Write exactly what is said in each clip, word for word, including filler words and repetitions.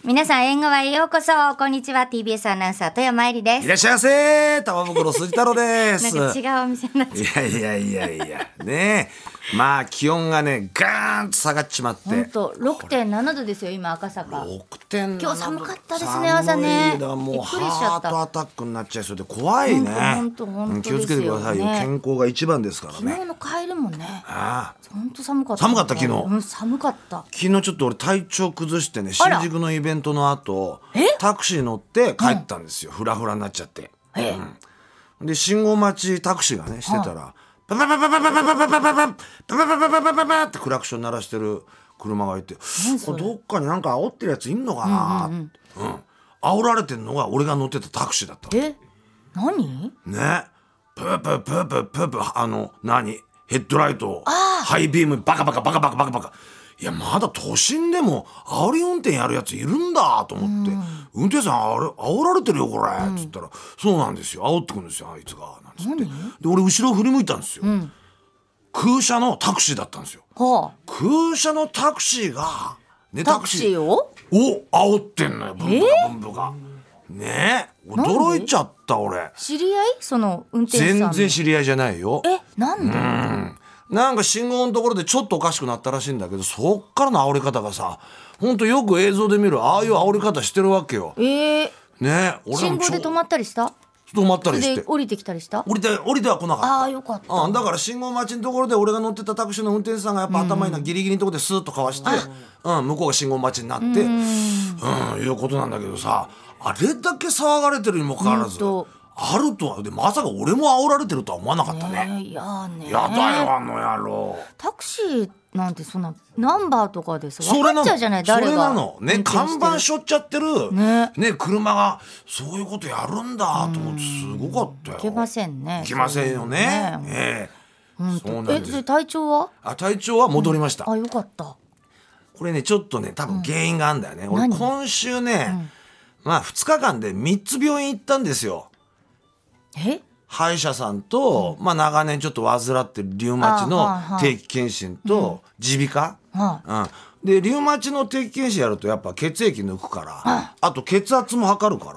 皆さん縁側へようこそ。こんにちは。 ティービーエス アナウンサー豊山えりです。 いらっしゃいませ。玉袋筋太郎ですなんか違うお店になっちゃう。 いやいやいやいやねえ、まあ気温がねガーンと下がっちまって、 本当 ろくてんなな 度ですよ今赤坂。 ろくてんなな今日寒かったですね朝ね。 だからもうびっくりしちゃった。 ハートアタックになっちゃいそうで怖いね。 本当本当本当気をつけてくださいよ、 ですよね。 健康が一番ですから昨ね。 日の帰りもね、 ああ本当寒かった。 寒かった昨日うん、寒かった。 昨日ちょっと俺体調崩してね、 あら新宿のイベントの後えタクシー乗って帰ったんですよ、フラフラになっちゃって。 えうん、で信号待ちタクシーがねしてたら、パパパパパパパパパパパパパパパパパパパってクラクション鳴らしてる車がいて、これどっかになんか煽ってるやついんのかな、うんうんうん、煽られてんのが俺が乗ってたタクシーだったの。 え何ね、プープープープープープー、あの何ヘッドライトハイビームバカバカバカバカバカバカ、いやまだ都心でも煽り運転やるやついるんだと思って、うん、運転手さんあれ煽られてるよこれ、うん、つったらそうなんですよ、煽ってくるんですよあいつがなんつって、で俺後ろ振り向いたんですよ、うん、空車のタクシーだったんですよ、はあ、空車のタクシーが、ね、 タクシーをを煽ってんのよ、ブンブがブンブがねえ、驚いちゃった俺。 知り合いその運転手さん？ 全然知り合いじゃないよ。 え、なんで？ うんなんか信号のところでちょっとおかしくなったらしいんだけど、そっからの煽り方がさ、ほんとよく映像で見るああいう煽り方してるわけよ。 えー、 ね、俺信号で止まったりした？ 止まったりしてで降りてきたりした？ 降りて降りては来なかった。 ああよかった、 うん、だから信号待ちのところで俺が乗ってたタクシーの運転手さんがやっぱ頭いいな、うん、ギリギリのところでスーッとかわして、うん、向こうが信号待ちになって、うん、うん、いうことなんだけどさ、あれだけ騒がれてるにもかかわらずあるとはで、まさか俺も煽られてるとは思わなかったね。 ね、いやね、 やだよあの野郎。 タクシーなんてそんなナンバーとかでさ分かっちゃうじゃない、誰が。 それなのね、看板しょっちゃってる、ねね、車がそういうことやるんだと思ってすごかったよ。 いけませんね。 いけませんよね。 ねええ、うん、そうなんです。え、体調は？ あ、体調は戻りました、 うん、あ、よかった。 これねちょっとね多分原因があるんだよね、うん、俺今週ね、うん、まあふつかかんでみっつ病院行ったんですよ。 え歯医者さんと、うん、まあ、長年ちょっと患ってるリウマチの定期検診と耳鼻科、うんうん、でリウマチの定期検診やるとやっぱ血液抜くから、うん、あと血圧も測るから、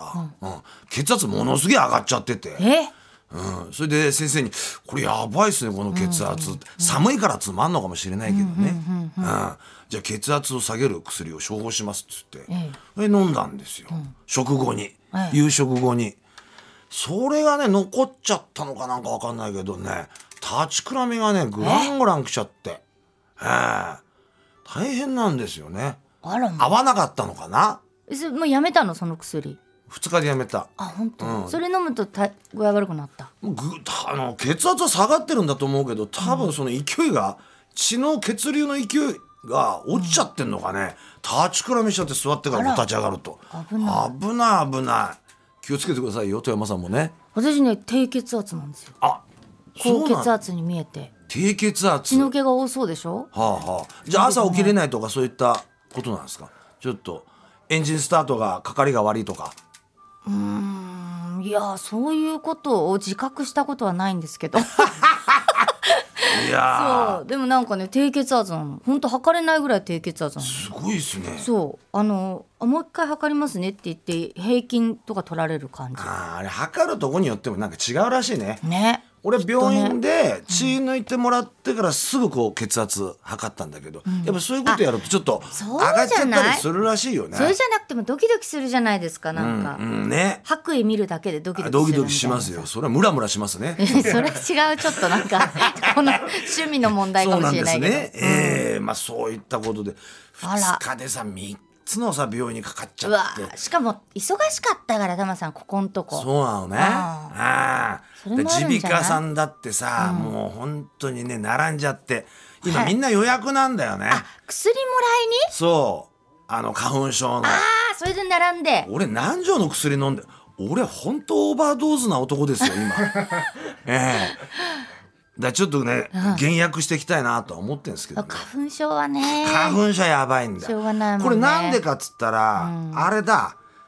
うんうん、血圧ものすげえ上がっちゃってて、 え、 うん、それで先生にこれやばいっすねこの血圧、うんうんうん、寒いからつまんのかもしれないけどね、うんうんうんうん、じゃあ血圧を下げる薬を処方しますっつって、ええ、飲んだんですよ、うん、食後に、ええ、夕食後に。それがね残っちゃったのかなんか分かんないけどね、立ちくらみがねグラングランきちゃって、えー、大変なんですよね。 あら、 合わなかったのかな。 もうやめたのその薬？ ふつかでやめた。 あ、本当、うん、それ飲むとた具合悪くなった？ ぐあの血圧は下がってるんだと思うけど、多分その勢いが、うん、血の血流の勢いが落ちちゃってんのかね、うん、立ちくらみしちゃって座ってから立ち上がると危ない危ない危ない。気をつけてくださいよ、富山さんもね。 私ね低血圧なんですよ。 あ、 高血圧に見えて。 低血圧、 血の気が多そうでしょ。 はあはあ、じゃあ朝起きれないとかそういったことなんですか？ちょっとエンジンスタートがかかりが悪いとか。 うーん、いやそういうことを自覚したことはないんですけどいやそうでもなんかね低血圧なの。本当測れないぐらい低血圧なの。 すごいですね。 そうあのもう一回測りますねって言って平均とか取られる感じ。 あ, あれ測るとこによってもなんか違うらしいね。 ね。 俺病院で血抜いてもらってからすぐこう血圧測ったんだけど、うん、やっぱそういうことやるとちょっと上がっちゃったりするらしいよね。 それじゃなくてもドキドキするじゃないですか。なんか、 うんうんね、 白衣見るだけでドキドキするドキドキしますよ。それはムラムラしますねそれは違うちょっとなんかこの趣味の問題かもしれないけど。 そうなんですね、えーまあ、そういったことでふつかでさみっつのさ病院にかかっちゃって。 うわしかも忙しかったからタマさんここんとこ。 そうなのね。ああ耳鼻科さんだってさ、うん、もう本当にね並んじゃって今、はい、みんな予約なんだよね。 あ、薬もらいに。 そうあの花粉症の。 ああそれで並んで。 俺何錠の薬飲んで俺本当オーバードーズな男ですよ今ええだちょっとね、うん、減薬していきたいなとは思ってるんですけど、ね、 花粉症はね花粉症やばいんだ。 しょうがないもんね。 これなんでかっつったら、うん、あれだ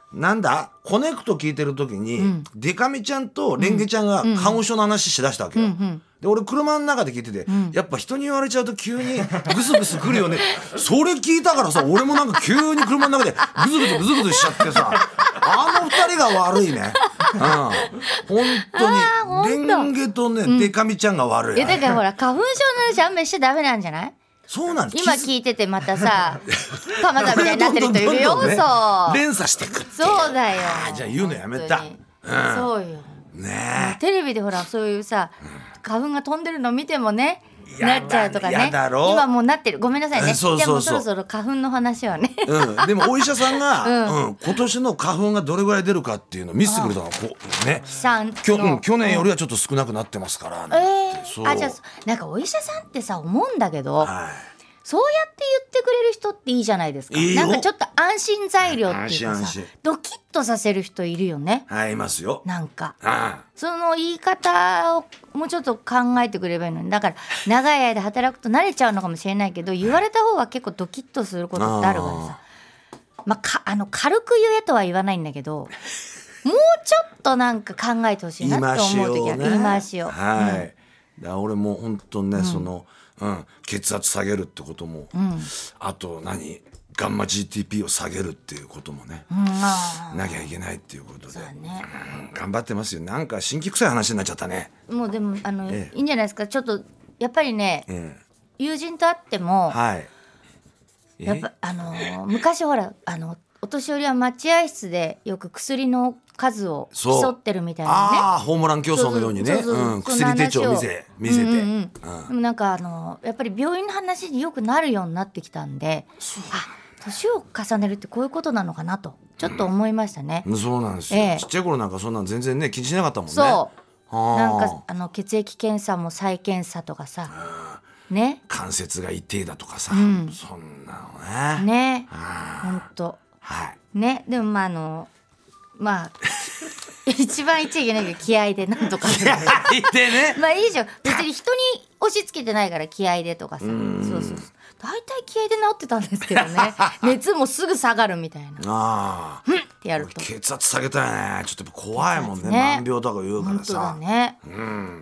なんだコネクト聞いてる時に、うん、デカミちゃんとレンゲちゃんが花粉症の話しだしたわけよ、うんうん、で俺車の中で聞いてて、うん、やっぱ人に言われちゃうと急にグスグスくるよねそれ聞いたからさ俺もなんか急に車の中でグズグズグズグズしちゃってさあの二人が悪いね、うん、本当にレンゲとね、うん、デカミちゃんが悪い。 いやだからほら花粉症の話あんまりしちゃダメなんじゃない？ そうなんです。 今聞いててまたさ鎌田みたいになってる人いるよ。そう連鎖してくって。 そうだよ。 じゃあ言うのやめた、うん、 そうよね。テレビでほらそういうさ花粉が飛んでるの見てもねなっちゃうとかね。今もうなってる。ごめんなさいね。 そうそうそう。 じゃあもうそろそろ花粉の話はね、 うん、でもお医者さんが、うんうん、今年の花粉がどれぐらい出るかっていうのを見せてくれたの。こうね、きょ、うん、去年よりはちょっと少なくなってますから、ね、 えー、あじゃあなんかお医者さんってさ思うんだけど、はい、そうやって言ってくれる人っていいじゃないですか。いいなんかちょっと安心材料っていうかさドキッとさせる人いるよね。 はい、いますよ。 なんかああその言い方をもうちょっと考えてくればいいのに。だから長い間働くと慣れちゃうのかもしれないけど言われた方が結構ドキッとすることってあるからさ、まあ、かあの軽く言えとは言わないんだけどもうちょっとなんか考えてほしいなって思う時は言い回しを、 はい、うん、だ俺も本当ね、うん、そのうん、血圧下げるってことも、うん、あと何ガンマ ジーティーピー を下げるっていうこともね、うん、なきゃいけないっていうことで、ね、うん、頑張ってますよ。なんか新規臭い話になっちゃったね。 もうでもあの、ええ、いいんじゃないですか。ちょっとやっぱりね、ええ、友人と会っても、はい、やっぱあのー、昔ほらあのお年寄りは待合室でよく薬の数を競ってるみたいなね。 ああ、ホームラン競争のようにね、うん、薬手帳見せ見せて、うんうんうん、 でもなんかあのやっぱり病院の話によくなるようになってきたんで、あ、年を重ねるってこういうことなのかなとちょっと思いましたね、 うん、そうなんですよ、ええ、ちっちゃい頃なんかそんなん全然ね気にしなかったもんね。 そうなんかあの血液検査も再検査とかさ、ね、 関節が痛いだとかさ、うん、そんなのねねほんと、 はいね、でもまああのまあ一番言っちゃいけないけど気合でなんとか気合でねまあいいじゃん別に人に押し付けてないから気合でとかさ、そうそうそう大体気合で治ってたんですけどね熱もすぐ下がるみたいな。 あふんってやると血圧下げたいね。ちょっと怖いもん ね, ね万病とか言うからさ。 本当だね、 うん、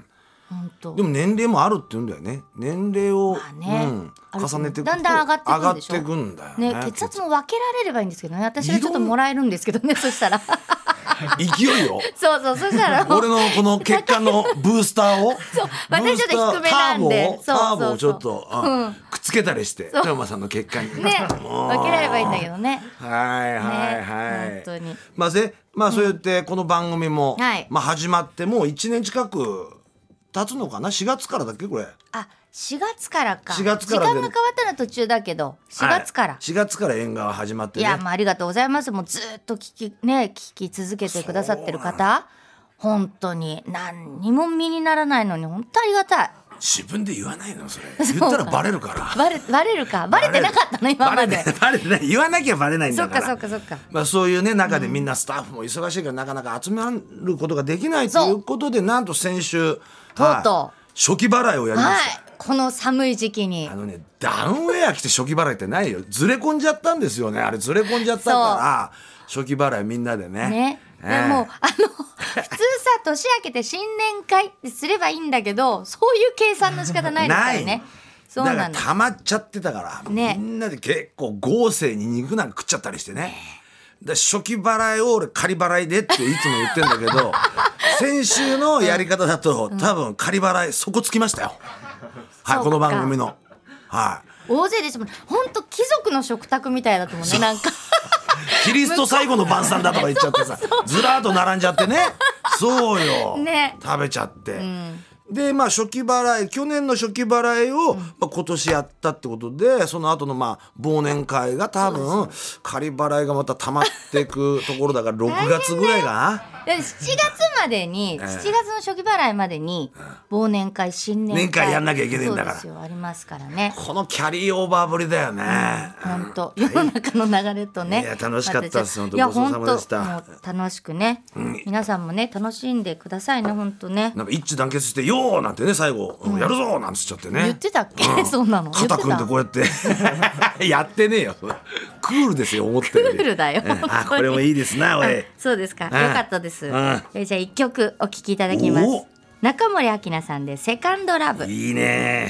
本当でも年齢もあるって言うんだよね。年齢を、まあね、うん、重ねていくとだんだん上がっていくんでしょ。 上がっていくんだよね。 ね、血圧も分けられればいいんですけどね。私はちょっともらえるんですけどねそしたら勢いよそうそうそしたら俺のこの血管のブースターをそう私ちょっと低めなんでターボをちょっと、うん、くっつけたりして富山さんの血管にね分けられればいいんだけどね。 はいはいはい、 ね、本当にまあでまあそうやってこの番組も、うん、まあ始まってもういちねん近く経つのかな。しがつからだっけこれ。 あしがつからか。 しがつから時間が変わったのは途中だけどしがつから、はい、 しがつから縁側始まってね。 いや、まあ、ありがとうございます。もうずっと聞きね聞き続けてくださってる方本当に何にも身にならないのに本当ありがたい。 自分で言わないのそれ言ったらバレるからバレ, バレるかバレてなかったの今まで。 バレてない言わなきゃバレないんだから。 そっかそっかそっか、 まあ、そういうね中でみんなスタッフも忙しいからなかなか集めることができないということで、なんと先週とうとう、はい、 初期払いをやりました、 はい、この寒い時期にあのねダウンウェア着て初期払いってないよ。ずれ込んじゃったんですよね。あれずれ込んじゃったから初期払いみんなでねね、えー、でもあの普通さ年明けて新年会ってすればいいんだけどそういう計算の仕方ないですからね。そうなんだ。 だから溜まっちゃってたから、ね、みんなで結構豪勢に肉なんか食っちゃったりしてね。で初期払いを俺仮払いでっていつも言ってんだけど先週のやり方だと、うん、多分仮払い底つきましたよ、はい、この番組の、はい、 大勢でしたもん。本当貴族の食卓みたいだと思うね。なんかキリスト最後の晩餐だとか言っちゃってさずらーっと並んじゃってね。そうよ、ね、食べちゃって、うん、でまあ初期払い去年の初期払いを、うんまあ、今年やったってことでその後のまあ忘年会が多分仮払いがまた溜まっていくところだからろくがつぐらいかな。 しちがつまでに、えー、しちがつの初期払いまでに忘年会新年会年会やんなきゃいけないんだから。 そうですよありますからね。 このキャリーオーバーぶりだよね。 本当、うん、世の中の流れとね。 いや楽しかったです。本当ごちそうさまでした。 もう楽しくね、うん、皆さんもね楽しんでくださいね本当ね。 なんか一致団結してよーなんてね最後、うん、やるぞなんつっちゃってね。 言ってたっけ、うん、そうなの。 肩組んでこうやってやってねえよクールですよ思ってるよりクールだよ、 ええあこれもいいですなおい。 そうですか、ようんかったです。 うんえじゃあ一曲お聴きいただきますお。 中森明菜さんでセカンドラブ。 いいね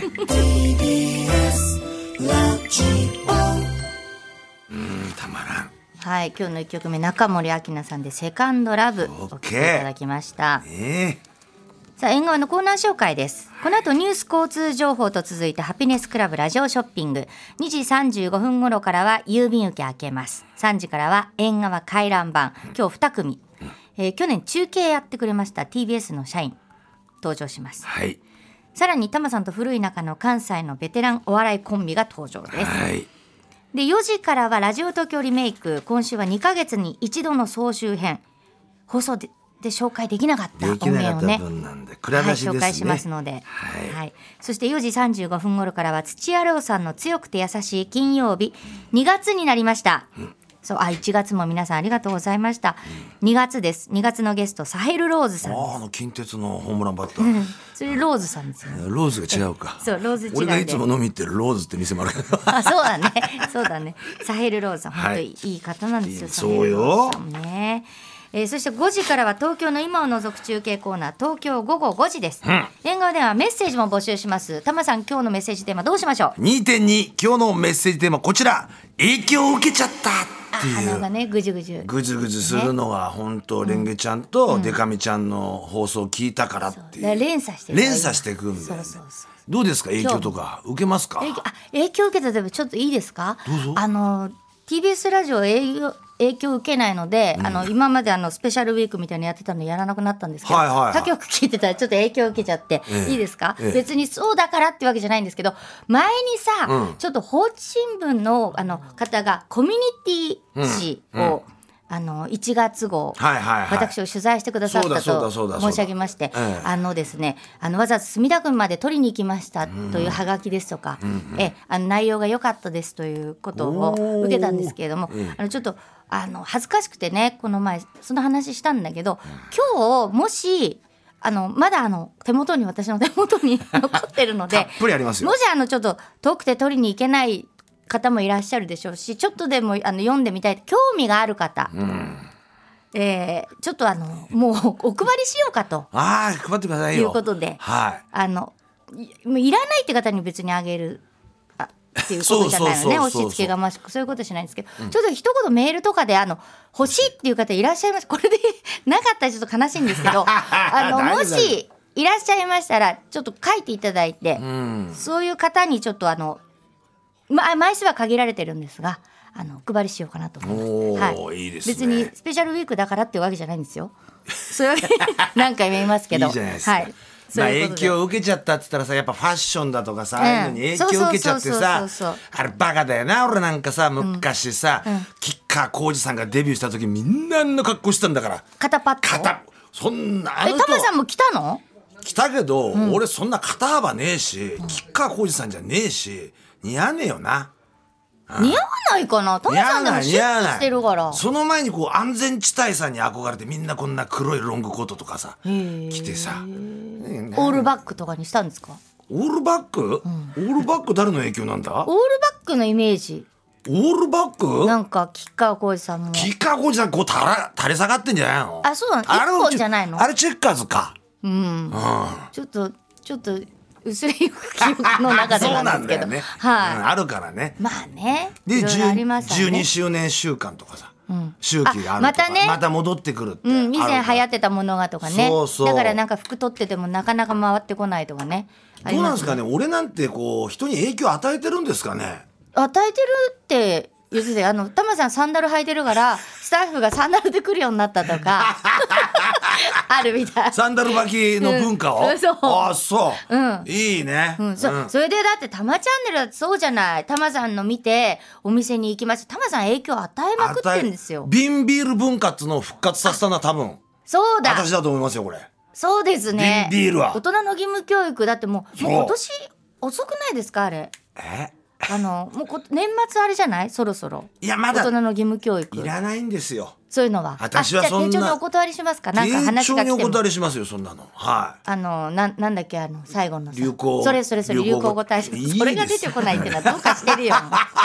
うんたまらん。 はい、今日の一曲目中森明菜さんでセカンドラブお聴きいただきました。 ねさあ縁側のコーナー紹介です。この後ニュース交通情報と続いてハピネスクラブラジオショッピング、にじさんじゅうごふん頃からは郵便受け開けます。さんじからは縁側回覧版、今日に組、えー去年中継やってくれました ティービーエス の社員登場します。 はいさらにタマさんと古い仲の関西のベテランお笑いコンビが登場です。 はいでよじからはラジオ東京リメイク、今週はにかげつに一度の総集編、放送でで紹介できなかったでき音なかった源をね、 分なんで蔵出しですね、 はい、紹介しますので、 はいはい、そしてよじさんじゅうごふん頃からは土屋亮さんの強くて優しい金曜日、にがつになりました、うん、そうあいちがつも皆さんありがとうございました、うん、にがつです。にがつのゲストサヘルローズさんです。 ああの近鉄のホームランバッターそれローズさんですよね。 ローズが違うかそうローズ違うで俺がいつも飲み行ってるローズって店もあるけどあそうだねそうだねサヘルローズさん本当にいい方なんですよ、サヘルローズさんね。えー、そしてごじからは東京の今を除く中継コーナー東京午後ごじです。縁側ではメッセージも募集します。タマさん今日のメッセージテーマどうしましょう。 にてんに 今日のメッセージテーマこちら、影響を受けちゃったっていう鼻がねぐじゅぐじゅぐじゅぐじゅするのは本当、レンゲちゃんとデカミちゃんの放送を聞いたからっていう、 うん、連鎖して連鎖していくんだよね。 そうそうそう、 どうですか影響とか受けますか。 影響あ影響受けたでもちょっといいですか。 どうぞ。 あの ティービーエス ラジオ影響影響を受けないので、うん、あの今まであのスペシャルウィークみたいにやってたのやらなくなったんですけど、はいはいはい、他局聞いてたらちょっと影響を受けちゃって、ええ、いいですか、ええ、別にそうだからってわけじゃないんですけど、前にさ、うん、ちょっと放置新聞 の, あの方がコミュニティ誌を、うんうん、あのいちがつ号、はいはいはい、私を取材してくださったと申し上げまして、ええ、あのですねあのわざわざ墨田区まで取りに行きましたというハガキですとか、うんうん、えあの内容が良かったですということを受けたんですけれども、あのちょっとあの恥ずかしくてねこの前その話したんだけど、今日もしあのまだあの手元に私の手元に残ってるのでたっぷりありますよ。 もしあのちょっと遠くて取りに行けない方もいらっしゃるでしょうし、ちょっとでもあの読んでみたい興味がある方、うんえー、ちょっとあのもうお配りしようかとあ配ってくださいよいうことで、はい、あの い, いらないって方に別にあげるっていうことじゃないのね。押し付けがましくそういうことしないんですけど、うん、ちょっと一言メールとかであの欲しいっていう方いらっしゃいます。これでなかったらちょっと悲しいんですけどあのもしいらっしゃいましたらちょっと書いていただいて、うん、そういう方にちょっとあの、ま、枚数は限られてるんですがあのお配りしようかなと思います。はい、いいですね。別にスペシャルウィークだからっていうわけじゃないんですよ。そういうわけ何回も言いますけどいいじゃないですか。はいまあ、 影響を受けちゃったって言ったらさやっぱファッションだとかさ、うん、ああいうのに影響を受けちゃってさあれバカだよな。俺なんかさ昔さ、うんうん、吉川晃司さんがデビューした時みんなあんな格好してたんだから。 肩パッド肩そんなあの人えタマさんも来たの。 来たけど、うん、俺そんな肩幅ねえし、うん、吉川晃司さんじゃねえし似合わねえよな。 似合わないかな。タマさんでもシュッとしてるから。 その前にこう安全地帯さんに憧れてみんなこんな黒いロングコートとかさ着てさ、 ね、オールバックとかにしたんですか。 オールバック、うん、オールバック誰の影響なんだ。オールバックのイメージ。 オールバックなんか吉川晃司さんも吉川晃司さんこう垂れ下がってんじゃないの。 あそうなの。一本じゃないの。 あれチェッカーズか。うん、うん、 ちょっとちょっと薄い記憶の中でなんですけどね、 はい、うん、あるからね。 まあねでいろいろありますね。 じゅうにしゅうねん週間とかさ、うん、周期があるとかまたねまた戻ってくるって、 うん、以前流行ってたものがとかね。 そうそうだからなんか服取っててもなかなか回ってこないとかね。 どうなんですかね。俺なんてこう人に影響を与えてるんですかね。 与えてるって言っててあのタマさんサンダル履いてるからスタッフがサンダルで来るようになったとかあるみたい。 サンダル履きの文化を、うん、そうああそう、うん、いいね、 うんそうん、それでだってタマチャンネルだってそうじゃない。タマさんの見てお店に行きました。タマさん影響与えまくってんですよ。 瓶ビール文化っつのを復活させたのは多分そうだ私だと思いますよこれ。 そうですね。 瓶ビールは大人の義務教育だってもう、もう今年遅くないですかあれ。 えあのもうこ年末あれじゃないそろそろ。 いやまだ大人の義務教育いらないんですよそういうのは。 私はそんなあじゃあ丁重にお断りしますか。なんか話が来ても丁重にお断りしますよそんなの。はいあのななんだっけあの最後のさ流行それそれそれ流行語大賞それが出てこないってのはどうかしてるよ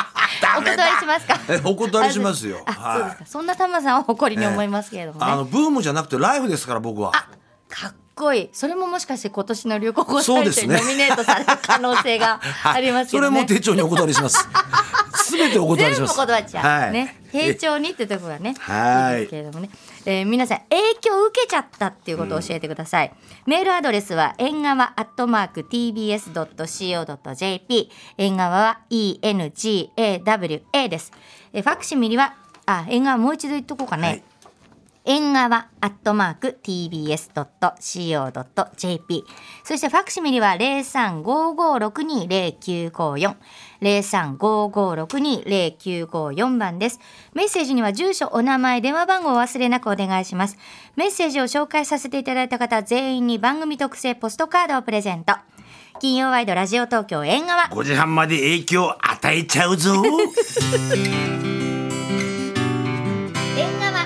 ダメだ。 お断りしますか。 えお断りしますよ。 あ、 はい、 そうですか。そんなタマさんは誇りに思いますけれどもね、 あのブームじゃなくてライフですから僕は。 あ、かっこいい。それももしかして今年の流行語そう大賞にですねノミネートされる可能性がありますけどね。 それも手帳にお断りします。すべてお断りします。 全部断っちゃう、 はい、 ね、丁重にってところがね、 はいいいですけれどもね、えー、皆さん影響を受けちゃったっていうことを教えてください、うん、メールアドレスは縁側アットマーク ティービーエスドットシーオードットジェーピー、 縁側は イーエヌジーエーダブリューエー です。えー、ファクシミリはあ縁側もう一度言っとこうかね、はい、縁側アットマーク ティービーエスドットシーオードットジェーピー、 そしてファクシミリは ゼロさんごーごーろくにーゼロきゅうごーよん ゼロさんごーごーろくにーゼロきゅうごーよん 番です。メッセージには住所、お名前、電話番号をお忘れなくお願いします。メッセージを紹介させていただいた方全員に番組特製ポストカードをプレゼント。金曜ワイドラジオ東京縁側、 ごじはんまで影響与えちゃうぞ。 縁側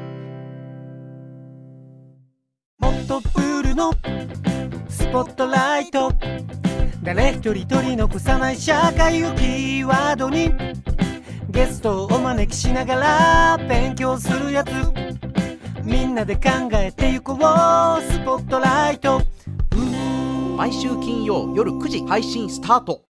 ホットプールのスポットライト、誰一人取り残さない社会をキーワードにゲストをお招きしながら勉強するやつ、みんなで考えてゆこうスポットライト。 毎週金曜夜くじ配信スタート。